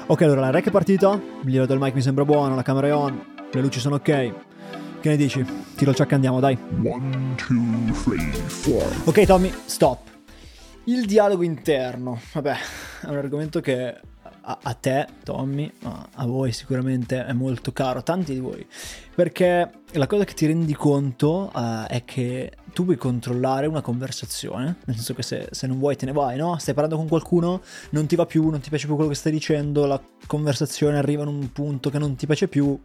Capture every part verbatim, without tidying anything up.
Ok, allora la rec è partita, il livello del mic mi sembra buono, la camera è on, le luci sono ok. Che ne dici? Tiro il check e andiamo, dai. One, two, three, four. Ok Tommy, stop. Il dialogo interno, vabbè, è un argomento che a, a te, Tommy, ma a voi sicuramente è molto caro, tanti di voi, perché la cosa che ti rendi conto uh, è che tu puoi controllare una conversazione, nel senso che se, se non vuoi te ne vai, no? Stai parlando con qualcuno, non ti va più, non ti piace più quello che stai dicendo, la conversazione arriva in un punto che non ti piace più,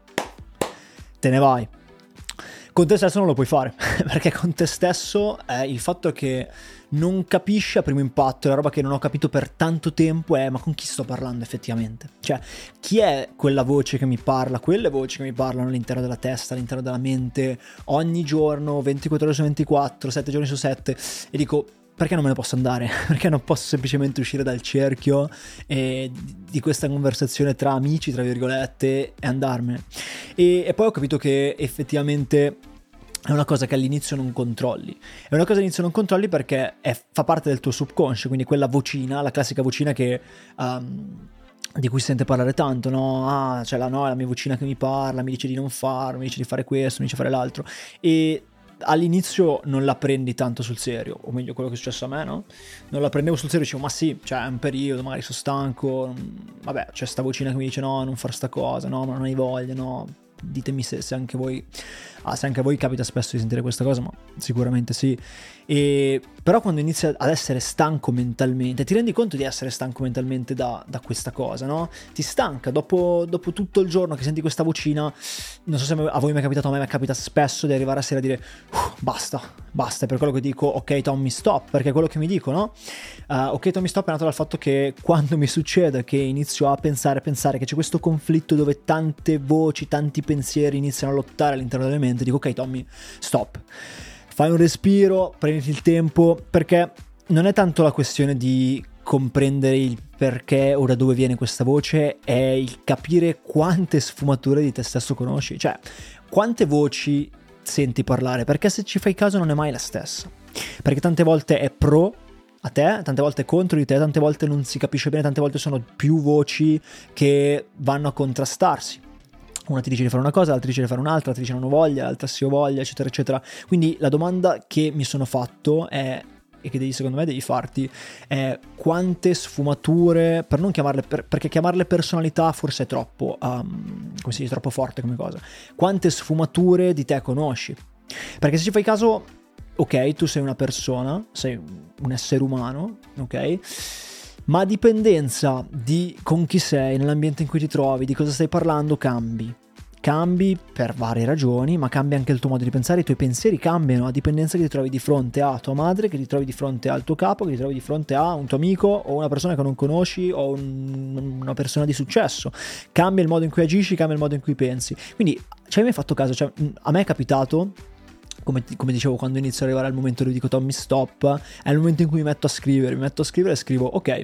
te ne vai. Con te stesso non lo puoi fare, perché con te stesso è il fatto che non capisci a primo impatto, la roba che non ho capito per tanto tempo è: ma con chi sto parlando effettivamente? Cioè, chi è quella voce che mi parla, quelle voci che mi parlano all'interno della testa, all'interno della mente, ogni giorno, ventiquattro ore su ventiquattro, sette giorni su sette, e dico: perché non me ne posso andare? Perché non posso semplicemente uscire dal cerchio e di questa conversazione tra amici, tra virgolette, e andarmene? E, e poi ho capito che effettivamente è una cosa che all'inizio non controlli. È una cosa che all'inizio non controlli perché è, fa parte del tuo subconscio, quindi quella vocina, la classica vocina che... Um, di cui si sente parlare tanto, no? Ah, c'è la, no, è la mia vocina che mi parla, mi dice di non farlo, mi dice di fare questo, mi dice di fare l'altro. E all'inizio non la prendi tanto sul serio, o meglio quello che è successo a me, no? Non la prendevo sul serio, dicevo ma sì, cioè è un periodo, magari sono stanco, vabbè, c'è sta vocina che mi dice no, non fare sta cosa, no, ma non hai voglia, no. Ditemi se, se anche voi ah, se anche a voi capita spesso di sentire questa cosa, ma sicuramente sì. E però quando inizi ad essere stanco mentalmente, ti rendi conto di essere stanco mentalmente da, da questa cosa, no? Ti stanca dopo, dopo tutto il giorno che senti questa vocina. Non so se a voi mi è capitato, a me mi capita spesso di arrivare a sera a dire basta, basta. È per quello che dico ok Tommy stop, perché è quello che mi dico, no? Uh, ok Tommy stop è nato dal fatto che quando mi succede che inizio a pensare, pensare che c'è questo conflitto dove tante voci, tanti pensieri iniziano a lottare all'interno della mente, dico ok Tommy stop, fai un respiro, prenditi il tempo, perché non è tanto la questione di comprendere il perché o da dove viene questa voce, è il capire quante sfumature di te stesso conosci, cioè quante voci senti parlare, perché se ci fai caso non è mai la stessa, perché tante volte è pro a te, tante volte è contro di te, tante volte non si capisce bene, tante volte sono più voci che vanno a contrastarsi. Una ti dice di fare una cosa, l'altra dice di fare un'altra, l'altra dice non ho voglia, l'altra sì ho voglia, eccetera, eccetera. Quindi la domanda che mi sono fatto è, e che devi, secondo me devi farti, è quante sfumature, per non chiamarle, per, perché chiamarle personalità forse è troppo, um, come si dice, troppo forte come cosa. Quante sfumature di te conosci? Perché se ci fai caso, ok, tu sei una persona, sei un essere umano, ok? Ma a dipendenza di con chi sei, nell'ambiente in cui ti trovi, di cosa stai parlando, cambi. Cambi per varie ragioni, ma cambia anche il tuo modo di pensare, i tuoi pensieri cambiano a dipendenza che ti trovi di fronte a tua madre, che ti trovi di fronte al tuo capo, che ti trovi di fronte a un tuo amico o una persona che non conosci o un, una persona di successo. Cambia il modo in cui agisci, cambia il modo in cui pensi. Quindi ci hai mai fatto caso? Cioè, a me è capitato, Come, come dicevo, quando inizio ad arrivare al momento dove dico Tommy stop, è il momento in cui mi metto a scrivere, mi metto a scrivere e scrivo ok, e,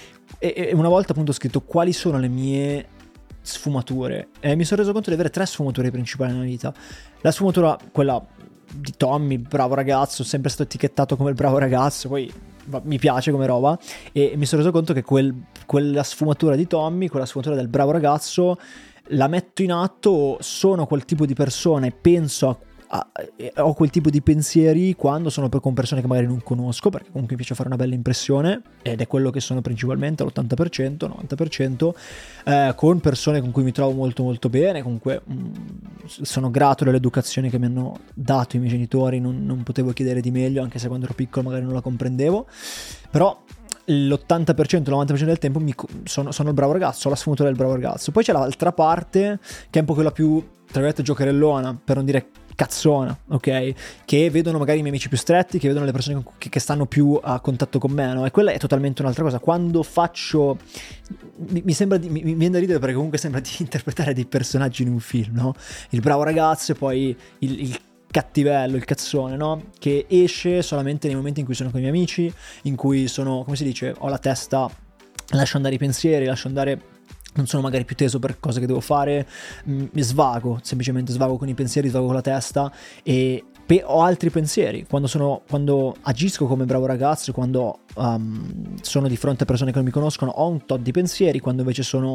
e una volta appunto ho scritto quali sono le mie sfumature e mi sono reso conto di avere tre sfumature principali nella vita. La sfumatura, quella di Tommy, bravo ragazzo, sempre stato etichettato come il bravo ragazzo, poi mi piace come roba, e mi sono reso conto che quel, quella sfumatura di Tommy, quella sfumatura del bravo ragazzo, la metto in atto, sono quel tipo di persona e penso a ho quel tipo di pensieri quando sono con persone che magari non conosco, perché comunque mi piace fare una bella impressione ed è quello che sono principalmente all'ottanta per cento, novanta per cento, eh, con persone con cui mi trovo molto molto bene. Comunque mh, sono grato dell'educazione che mi hanno dato i miei genitori, non, non potevo chiedere di meglio, anche se quando ero piccolo magari non la comprendevo, però l'ottanta per cento, il novanta per cento del tempo mi, sono, sono il bravo ragazzo, ho la sfumatura del bravo ragazzo. Poi c'è l'altra parte che è un po' quella più, tra virgolette, giocherellona, per non dire cazzona, ok? Che vedono magari i miei amici più stretti, che vedono le persone che, che stanno più a contatto con me, no? E quella è totalmente un'altra cosa. Quando faccio, mi, mi sembra di, mi, mi viene da ridere perché comunque sembra di interpretare dei personaggi in un film, no? Il bravo ragazzo e poi il, il cattivello, il cazzone, no? Che esce solamente nei momenti in cui sono con i miei amici, in cui sono, come si dice, ho la testa, lascio andare i pensieri, lascio andare, non sono magari più teso per cose che devo fare, mi svago, semplicemente svago con i pensieri, svago con la testa e pe- ho altri pensieri. Quando sono, quando agisco come bravo ragazzo, quando um, sono di fronte a persone che non mi conoscono, ho un tot di pensieri. Quando invece sono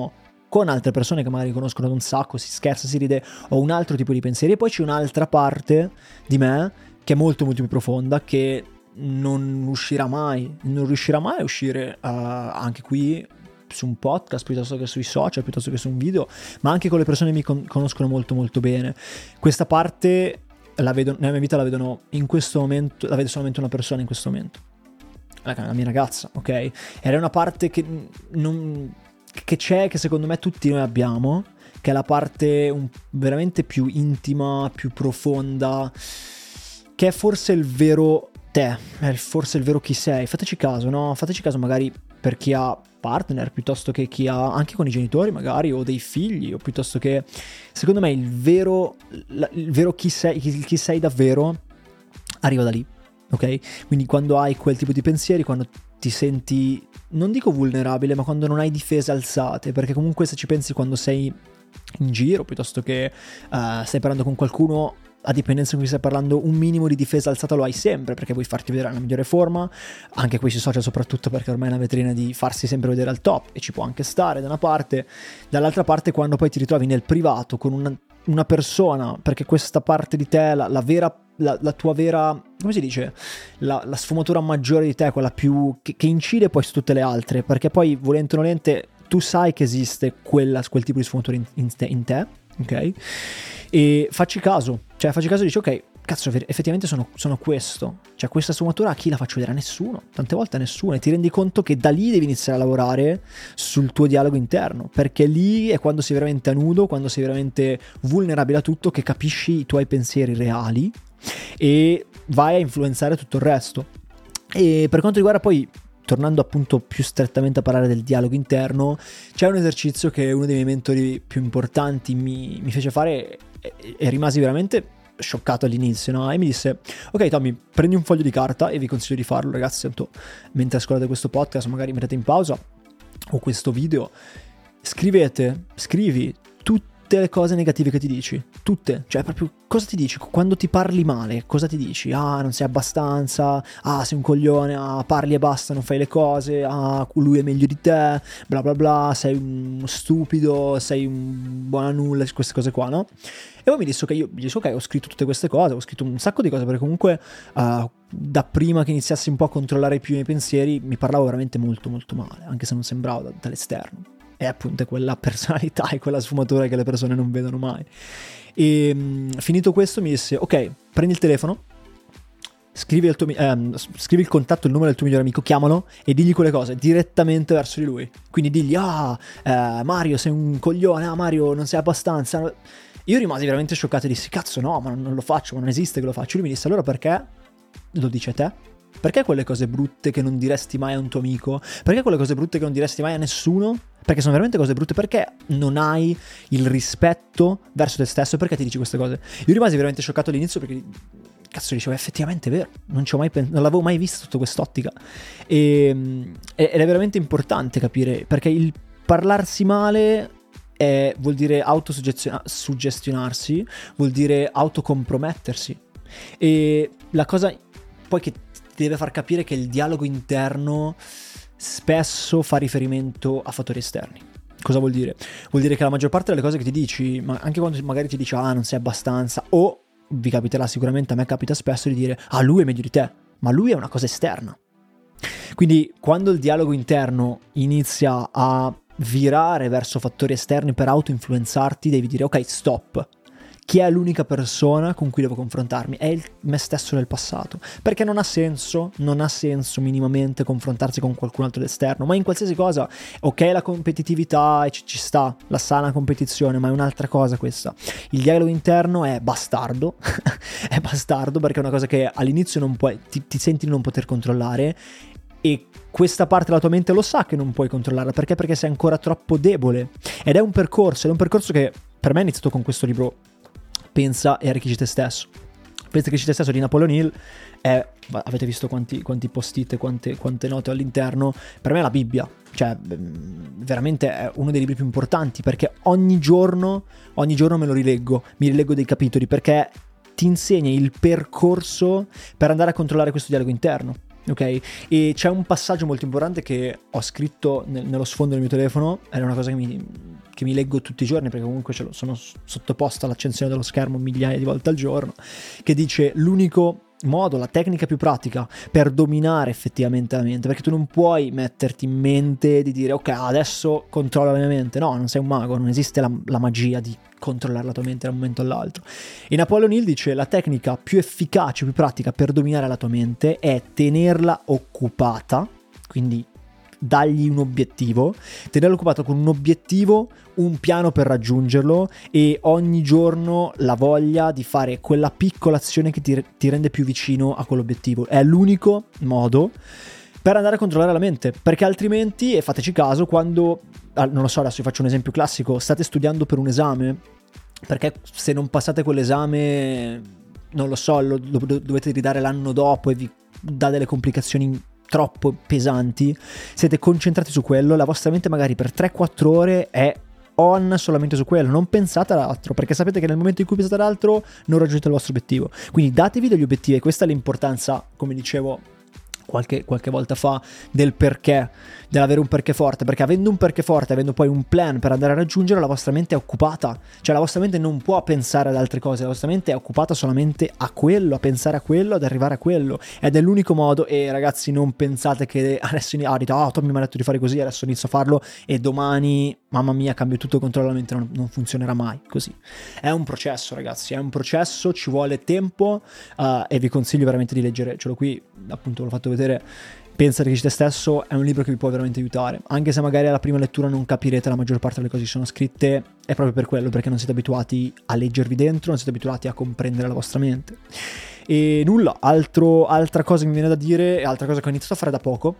con altre persone che magari conoscono da un sacco, si scherza, si ride, ho un altro tipo di pensieri, e poi c'è un'altra parte di me che è molto molto più profonda, che non uscirà mai, non riuscirà mai a uscire uh, anche qui su un podcast, piuttosto che sui social, piuttosto che su un video, ma anche con le persone che mi con- conoscono molto molto bene. Questa parte la vedo, nella mia vita la vedono in questo momento, la vedo solamente una persona in questo momento, la mia ragazza, ok? Ed è una parte che non, che c'è, che secondo me tutti noi abbiamo, che è la parte un, veramente più intima, più profonda, che è forse il vero te, è forse il vero chi sei. Fateci caso, no? Fateci caso magari per chi ha partner, piuttosto che chi ha anche con i genitori magari, o dei figli, o piuttosto che, secondo me il vero, il vero chi sei, chi, chi sei davvero arriva da lì, ok? Quindi quando hai quel tipo di pensieri, quando ti senti, non dico vulnerabile, ma quando non hai difese alzate, perché comunque se ci pensi, quando sei in giro, piuttosto che uh, stai parlando con qualcuno, a dipendenza con cui stai parlando, un minimo di difesa alzata lo hai sempre, perché vuoi farti vedere nella migliore forma, anche qui sui social soprattutto, perché ormai è una vetrina di farsi sempre vedere al top, e ci può anche stare da una parte. Dall'altra parte, quando poi ti ritrovi nel privato con una, una persona, perché questa parte di te, la, la vera, la, la tua vera, come si dice, la, la sfumatura maggiore di te, quella più che, che incide poi su tutte le altre, perché poi volente o nolente tu sai che esiste quella, quel tipo di sfumatura in, in, te, in te, ok? E facci caso, cioè facci caso e dici ok, cazzo, effettivamente sono, sono questo, cioè questa sfumatura a chi la faccio vedere? A nessuno, tante volte a nessuno, e ti rendi conto che da lì devi iniziare a lavorare sul tuo dialogo interno, perché lì è quando sei veramente a nudo, quando sei veramente vulnerabile a tutto, che capisci i tuoi pensieri reali e vai a influenzare tutto il resto. E per quanto riguarda poi, tornando appunto più strettamente a parlare del dialogo interno, c'è un esercizio che uno dei miei mentori più importanti mi, mi fece fare, e, e rimasi veramente scioccato all'inizio, no? E mi disse ok Tommy, prendi un foglio di carta, e vi consiglio di farlo ragazzi, tanto mentre ascoltate questo podcast magari mettete in pausa o questo video, scrivete, scrivi tutte le cose negative che ti dici, tutte, cioè proprio cosa ti dici quando ti parli male, cosa ti dici? Ah, non sei abbastanza, ah, sei un coglione, ah, parli e basta, non fai le cose, ah, lui è meglio di te, bla bla bla, sei uno stupido, sei un buon a nulla, queste cose qua, no? E poi mi disse ok, io mi disse ok, ho scritto tutte queste cose, ho scritto un sacco di cose, perché comunque uh, da prima che iniziassi un po' a controllare più i miei pensieri mi parlavo veramente molto molto male, anche se non sembrava da, dall'esterno. E appunto è quella personalità e quella sfumatura che le persone non vedono mai. E mh, finito questo mi disse ok, prendi il telefono, scrivi il, tuo, ehm, scrivi il contatto, il numero del tuo migliore amico, chiamalo e digli quelle cose direttamente verso di lui. Quindi digli ah eh, Mario sei un coglione, ah Mario non sei abbastanza. Io rimasi veramente scioccato e dissi cazzo no, ma non lo faccio, ma non esiste che lo faccio. Lui mi disse allora perché lo dice a te? Perché quelle cose brutte che non diresti mai a un tuo amico? Perché quelle cose brutte che non diresti mai a nessuno? Perché sono veramente cose brutte. Perché non hai il rispetto verso te stesso? Perché ti dici queste cose? Io rimasi veramente scioccato all'inizio, perché cazzo dicevo effettivamente è vero, non ci ho mai pens- non l'avevo mai visto sotto quest'ottica. E, ed è veramente importante capire, perché il parlarsi male è, vuol dire autosuggestionarsi, vuol dire autocompromettersi. E la cosa poi che ti deve far capire che il dialogo interno spesso fa riferimento a fattori esterni. Cosa vuol dire? Vuol dire che la maggior parte delle cose che ti dici, ma anche quando magari ti dici ah non sei abbastanza, o vi capiterà sicuramente, a me capita spesso di dire ah lui è meglio di te, ma lui è una cosa esterna. Quindi quando il dialogo interno inizia a virare verso fattori esterni per auto-influenzarti, devi dire ok stop. Chi è l'unica persona con cui devo confrontarmi? È il me stesso del passato. Perché non ha senso, non ha senso minimamente confrontarsi con qualcun altro d'esterno, ma in qualsiasi cosa, ok la competitività, e ci, ci sta, la sana competizione, ma è un'altra cosa questa. Il dialogo interno è bastardo, è bastardo perché è una cosa che all'inizio non puoi, ti, ti senti di non poter controllare, e questa parte della tua mente lo sa che non puoi controllarla, perché? Perché sei ancora troppo debole. Ed è un percorso, ed è un percorso che per me è iniziato con questo libro, Pensa e arricchisci te stesso. Pensa e arricchisci te stesso di Napoleon Hill è, avete visto quanti, quanti post-it e quante, quante note all'interno, per me è la Bibbia, cioè veramente è uno dei libri più importanti, perché ogni giorno ogni giorno me lo rileggo, mi rileggo dei capitoli, perché ti insegna il percorso per andare a controllare questo dialogo interno, ok? E c'è un passaggio molto importante che ho scritto nel, nello sfondo del mio telefono, è una cosa che mi che mi leggo tutti i giorni, perché comunque ce lo sono sottoposto all'accensione dello schermo migliaia di volte al giorno, che dice l'unico modo, la tecnica più pratica per dominare effettivamente la mente, perché tu non puoi metterti in mente di dire ok, adesso controllo la mia mente, no, non sei un mago, non esiste la, la magia di controllare la tua mente da un momento all'altro. E Napoleon Hill dice la tecnica più efficace, più pratica per dominare la tua mente è tenerla occupata, quindi dagli un obiettivo, tenerlo occupato con un obiettivo, un piano per raggiungerlo e ogni giorno la voglia di fare quella piccola azione che ti, ti rende più vicino a quell'obiettivo. È l'unico modo per andare a controllare la mente, perché altrimenti, e fateci caso, quando, non lo so, adesso vi faccio un esempio classico, state studiando per un esame, perché se non passate quell'esame, non lo so, lo, lo dovete ridare l'anno dopo e vi dà delle complicazioni troppo pesanti, siete concentrati su quello, la vostra mente magari per tre quattro ore è on solamente su quello, non pensate ad altro, perché sapete che nel momento in cui pensate ad altro non raggiungete il vostro obiettivo. Quindi datevi degli obiettivi, e questa è l'importanza, come dicevo qualche, qualche volta fa, del perché, dell'avere un perché forte, perché avendo un perché forte, avendo poi un plan per andare a raggiungere, la vostra mente è occupata, cioè la vostra mente non può pensare ad altre cose, la vostra mente è occupata solamente a quello, a pensare a quello, ad arrivare a quello, ed è l'unico modo. E ragazzi, non pensate che adesso ah, dite, oh, Tommy mi ha detto di fare così, adesso inizio a farlo e domani, mamma mia, cambio tutto, controllo la mente. Non, non funzionerà mai così. È un processo, ragazzi, è un processo, ci vuole tempo, uh, e vi consiglio veramente di leggere, ce l'ho qui, appunto l'ho fatto vedere, Pensa di te stesso, è un libro che vi può veramente aiutare, anche se magari alla prima lettura non capirete la maggior parte delle cose che sono scritte, è proprio per quello, perché non siete abituati a leggervi dentro, non siete abituati a comprendere la vostra mente. E nulla, altro, altra cosa che mi viene da dire, e altra cosa che ho iniziato a fare da poco,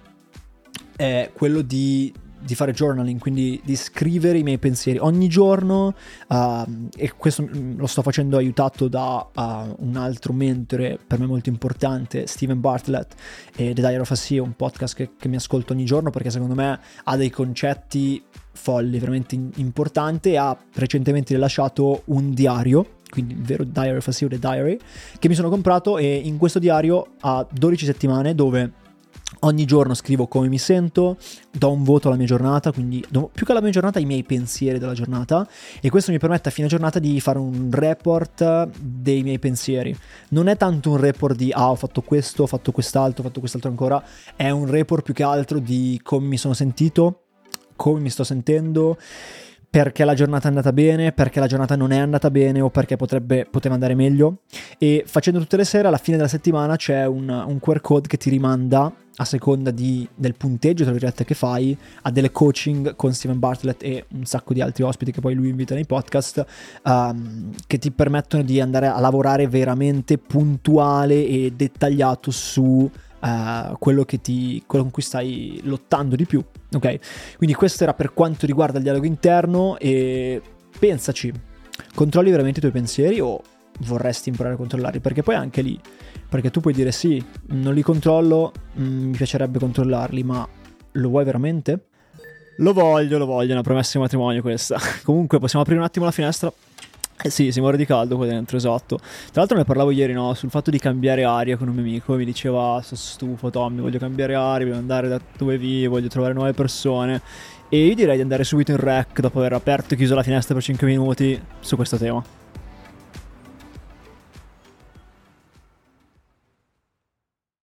è quello di di fare journaling, quindi di scrivere i miei pensieri ogni giorno, uh, e questo lo sto facendo aiutato da uh, un altro mentore per me molto importante, Steven Bartlett, e The Diary of a S E O, un podcast che, che mi ascolto ogni giorno perché secondo me ha dei concetti folli, veramente in- importante, e ha recentemente rilasciato un diario, quindi il vero Diary of a S E O, The Diary, che mi sono comprato, e in questo diario ha dodici settimane dove ogni giorno scrivo come mi sento, do un voto alla mia giornata, quindi do, più che alla mia giornata, i miei pensieri della giornata, e questo mi permette a fine giornata di fare un report dei miei pensieri. Non è tanto un report di ah ho fatto questo, ho fatto quest'altro, ho fatto quest'altro ancora, è un report più che altro di come mi sono sentito, come mi sto sentendo, perché la giornata è andata bene, perché la giornata non è andata bene, o perché potrebbe, poteva andare meglio. E facendo tutte le sere, alla fine della settimana c'è un, un Q R code che ti rimanda, a seconda di, del punteggio tra virgolette che fai, a delle coaching con Steven Bartlett e un sacco di altri ospiti che poi lui invita nei podcast, um, che ti permettono di andare a lavorare veramente puntuale e dettagliato su uh, quello che ti, quello con cui stai lottando di più. Ok, quindi questo era per quanto riguarda il dialogo interno. E pensaci, controlli veramente i tuoi pensieri o vorresti imparare a controllarli? Perché poi anche lì, perché tu puoi dire sì, non li controllo, mh, mi piacerebbe controllarli, ma lo vuoi veramente? Lo voglio, lo voglio, è una promessa di matrimonio questa. Comunque possiamo aprire un attimo la finestra. Eh sì, si muore di caldo qua dentro, esatto. Tra l'altro ne parlavo ieri, no, sul fatto di cambiare aria con un mio amico. Mi diceva, sono stufo Tommy, voglio cambiare aria, voglio andare da dove vivo, voglio trovare nuove persone. E io direi di andare subito in rec, dopo aver aperto e chiuso la finestra per cinque minuti, su questo tema.